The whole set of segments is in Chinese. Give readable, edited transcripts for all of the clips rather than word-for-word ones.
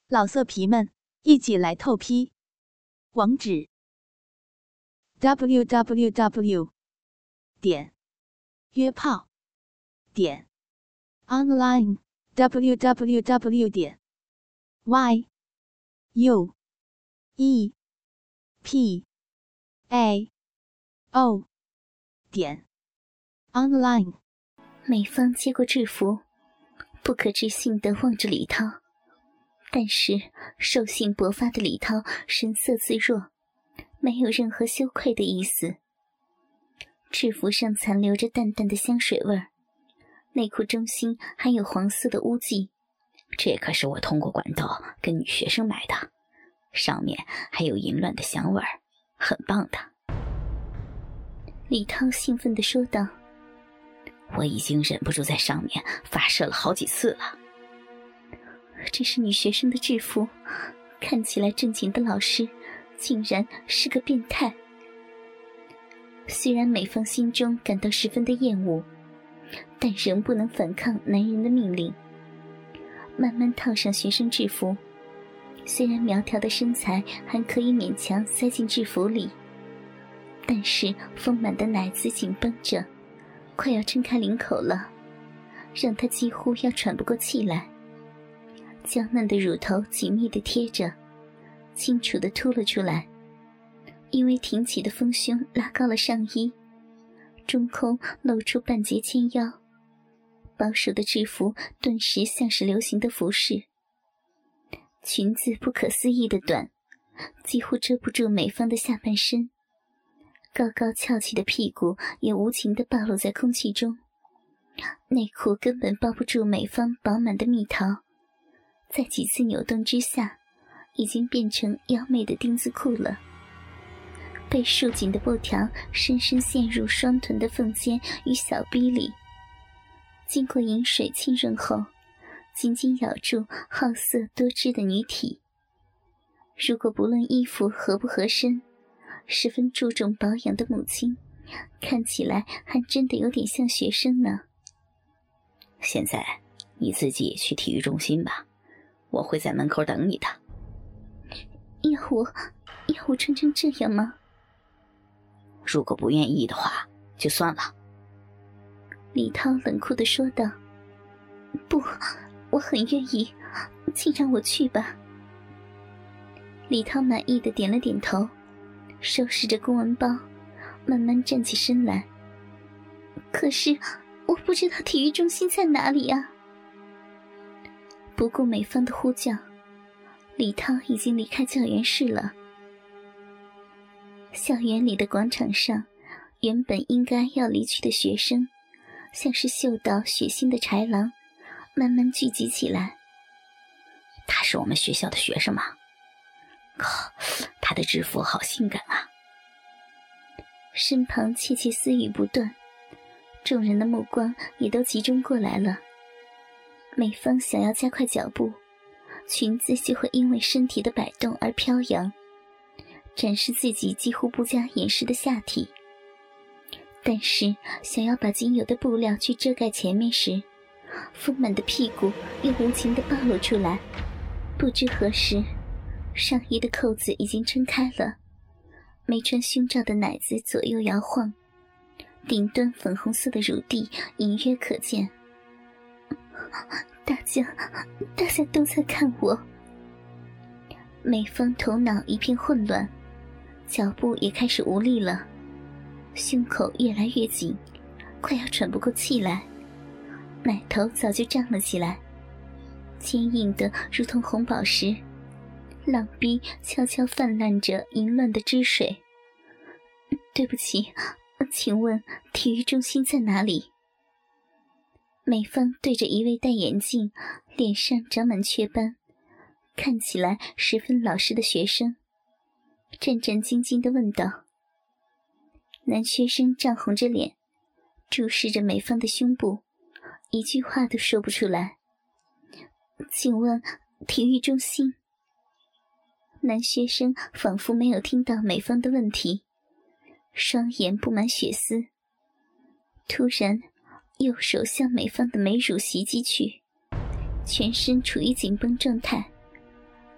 老色皮们，一起来透批！网址 www.约炮online www.yuepao.online。 美芳接过制服，不可置信地望着李涛，但是兽性勃发的李涛神色自若，没有任何羞愧的意思。制服上残留着淡淡的香水味儿，内裤中心还有黄色的污迹。 这可是我通过管道跟女学生买的，上面还有淫乱的香味儿，很棒的。 李涛兴奋地说道， 我已经忍不住在上面发射了好几次了。 这是女学生的制服，看起来正经的老师竟然是个变态。虽然美芳心中感到十分的厌恶，但仍不能反抗男人的命令。慢慢套上学生制服，虽然苗条的身材还可以勉强塞进制服里，但是丰满的奶子紧绷着，快要撑开领口了，让她几乎要喘不过气来。娇嫩的乳头紧密地贴着，清楚地凸了出来，因为挺起的丰胸拉高了上衣，中空露出半截纤腰，保守的制服顿时像是流行的服饰。裙子不可思议的短，几乎遮不住美芳的下半身，高高翘起的屁股也无情地暴露在空气中，内裤根本包不住美芳饱满的蜜桃，在几次扭动之下，已经变成妖媚的丁字裤了。被束紧的布条深深陷入双臀的缝间与小臂里，经过饮水浸润后，紧紧咬住好色多汁的女体。如果不论衣服合不合身，十分注重保养的母亲看起来还真的有点像学生呢。 现在你自己去体育中心吧，我会在门口等你的。 要我穿成这样吗？ 如果不愿意的话就算了。 李涛冷酷地说道。不，我很愿意，请让我去吧。李涛满意地点了点头，收拾着公文包，慢慢站起身来。可是我不知道体育中心在哪里啊。不顾美芳的呼叫，李涛已经离开教员室了。校园里的广场上，原本应该要离去的学生，像是嗅到血腥的豺狼，慢慢聚集起来。 他是我们学校的学生吗？靠，他的制服好性感啊！ 身旁窃窃私语不断，众人的目光也都集中过来了。美芳想要加快脚步，裙子就会因为身体的摆动而飘扬，展示自己几乎不加掩饰的下体。但是想要把仅有的布料去遮盖前面时，丰满的屁股又无情地暴露出来。不知何时，上衣的扣子已经撑开了，没穿胸罩的奶子左右摇晃，顶端粉红色的乳蒂隐约可见。大家都在看我。美芳头脑一片混乱，脚步也开始无力了，胸口越来越紧，快要喘不过气来，奶头早就胀了起来，坚硬的如同红宝石，浪逼悄悄泛滥着淫乱的汁水。对不起，请问体育中心在哪里？美芳对着一位戴眼镜、脸上长满雀斑，看起来十分老实的学生，战战兢兢地问道。男学生涨红着脸，注视着美芳的胸部，一句话都说不出来。请问体育中心？男学生仿佛没有听到美芳的问题，双眼布满血丝。突然右手向美芳的美乳袭击去，全身处于紧绷状态，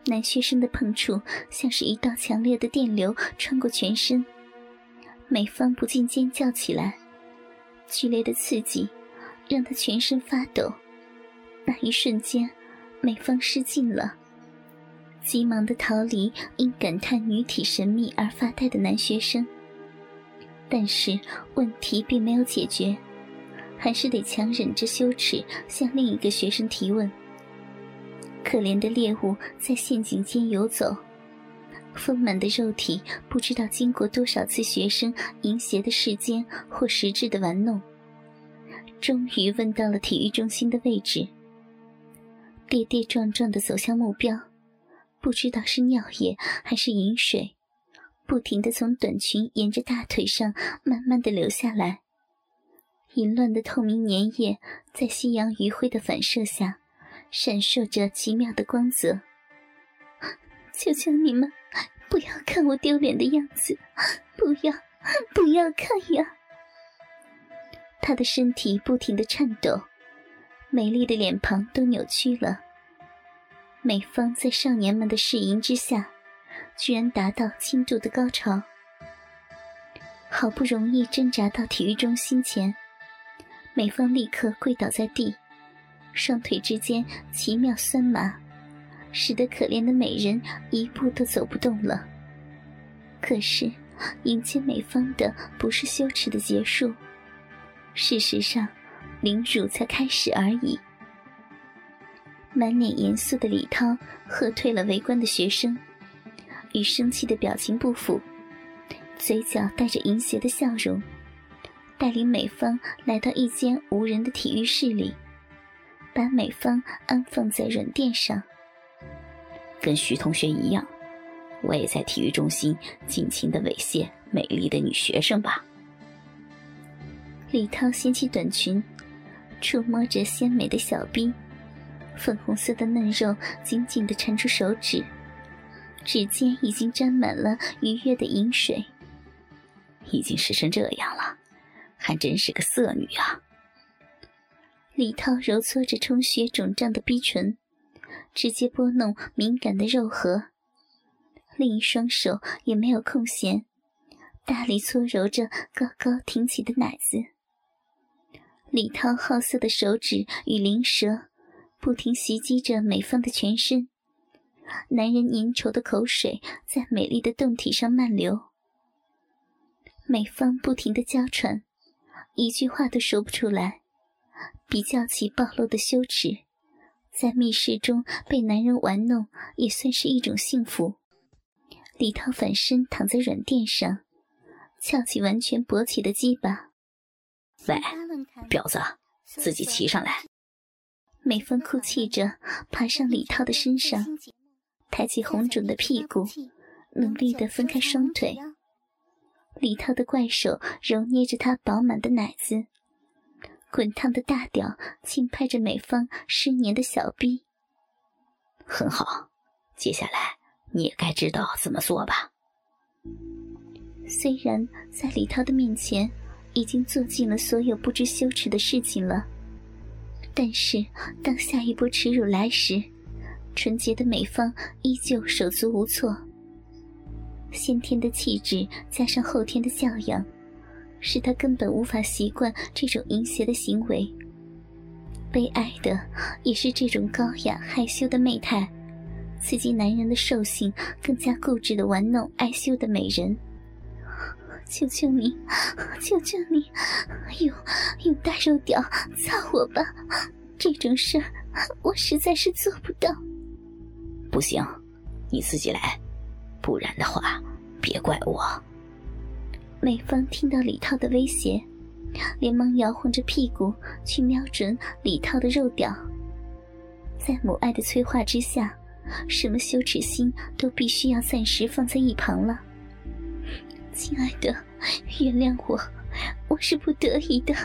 男学生的碰触像是一道强烈的电流穿过全身，美芳不禁尖叫起来。剧烈的刺激让她全身发抖，那一瞬间美芳失禁了，急忙地逃离因感叹女体神秘而发呆的男学生。但是问题并没有解决，还是得强忍着羞耻向另一个学生提问。可怜的猎物在陷阱间游走，丰满的肉体不知道经过多少次学生淫邪的世间或实质的玩弄，终于问到了体育中心的位置。跌跌撞撞地走向目标，不知道是尿液还是饮水，不停地从短裙沿着大腿上慢慢地流下来。淫乱的透明粘液在夕阳余晖的反射下闪烁着奇妙的光泽。求求你们不要看我丢脸的样子，不要看呀！她的身体不停地颤抖，美丽的脸庞都扭曲了。美芳在少年们的试淫之下居然达到轻度的高潮，好不容易挣扎到体育中心前，美芳立刻跪倒在地，双腿之间奇妙酸麻，使得可怜的美人一步都走不动了。可是迎接美芳的不是羞耻的结束，事实上凌辱才开始而已。满脸严肃的李涛喝退了围观的学生，与生气的表情不符，嘴角带着淫邪的笑容，带领美芳来到一间无人的体育室里，把美芳安放在软垫上。 跟徐同学一样，我也在体育中心尽情地猥亵美丽的女学生吧。 李涛掀起短裙，触摸着鲜美的小臂，粉红色的嫩肉紧紧地缠住手指，指尖已经沾满了愉悦的饮水。 已经湿成这样了，还真是个色女啊！ 李涛揉搓着充血肿胀的逼唇，直接拨弄敏感的肉核，另一双手也没有空闲，大力搓揉着高高挺起的奶子。李涛好色的手指与灵舌不停袭击着美芳的全身，男人粘稠的口水在美丽的胴体上漫流。美芳不停地娇喘，一句话都说不出来，比较起暴露的羞耻，在密室中被男人玩弄也算是一种幸福。李涛反身躺在软垫上，翘起完全勃起的鸡巴。 喂，婊子，自己骑上来！ 美芳哭泣着爬上李涛的身上，抬起红肿的屁股，努力地分开双腿。李涛的怪手揉捏着她饱满的奶子，滚烫的大屌轻拍着美芳湿黏的小臂。 很好，接下来你也该知道怎么做吧。 虽然在李涛的面前已经做尽了所有不知羞耻的事情了，但是当下一波耻辱来时，纯洁的美芳依旧手足无措。先天的气质加上后天的教养，使她根本无法习惯这种淫邪的行为。悲哀的也是这种高雅害羞的媚态，刺激男人的兽性，更加固执地玩弄爱羞的美人。求求你，求求你，用大肉屌操我吧，这种事儿我实在是做不到。 不行，你自己来，不然的话别怪我。 美芳听到李涛的威胁，连忙摇晃着屁股去瞄准李涛的肉屌。在母爱的催化之下，什么羞耻心都必须要暂时放在一旁了。亲爱的，原谅我是不得已的。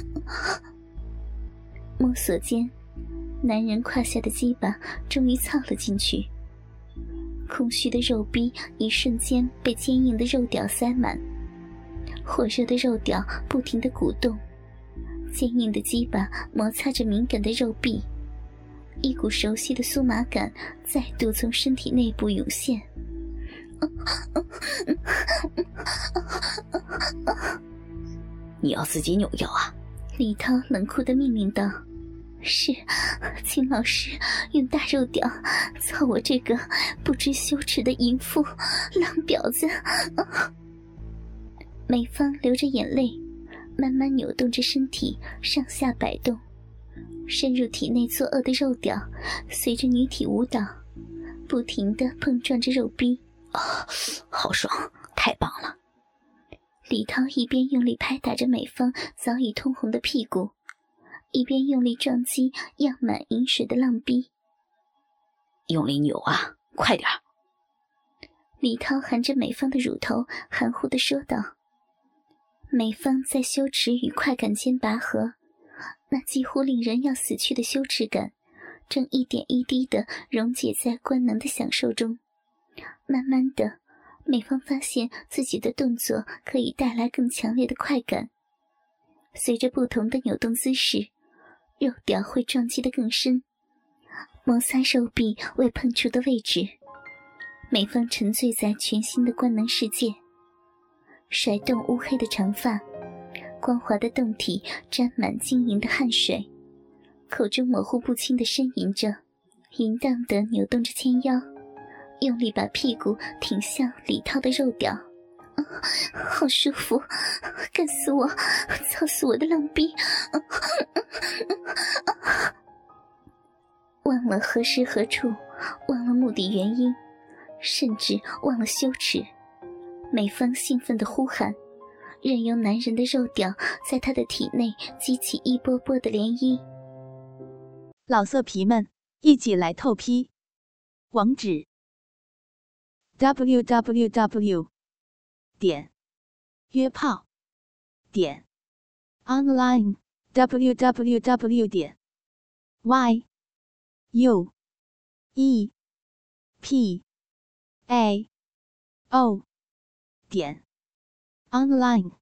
摸索间，男人胯下的鸡巴终于操了进去，空虚的肉壁一瞬间被坚硬的肉屌塞满，火热的肉屌不停地鼓动，坚硬的鸡巴摩擦着敏感的肉壁， 一股熟悉的酥麻感再度从身体内部涌现。 你要自己扭腰啊！ 李涛冷酷地命令道：“是，请老师用大肉屌操我这个不知羞耻的淫妇浪婊子。”美芳流着眼泪，慢慢扭动着身体上下摆动，深入体内作恶的肉屌随着女体舞蹈，不停地碰撞着肉壁。 好爽，太棒了！ 李涛一边用力拍打着美芳早已通红的屁股，一边用力撞击漾满饮水的浪壁。 用力扭啊，快点！ 李涛含着美芳的乳头含糊地说道。美芳在羞耻与快感间拔河，那几乎令人要死去的羞耻感正一点一滴地溶解在官能的享受中。慢慢的，美芳发现自己的动作可以带来更强烈的快感。随着不同的扭动姿势，肉屌会撞击得更深，摩擦肉壁未碰触的位置。美芳沉醉在全新的官能世界，甩动乌黑的长发，光滑的胴体沾满晶莹的汗水，口中模糊不清地呻吟着，淫荡地扭动着纤腰，用力把屁股挺向李涛的肉屌。好舒服，干死我，操死我的浪逼！忘了何时何处，忘了目的原因，甚至忘了羞耻，美芳兴奋地呼喊，任由男人的肉屌在她的体内激起一波波的涟漪。 老色皮们，一起来透批！网址 www.约炮.online www.yuepao.online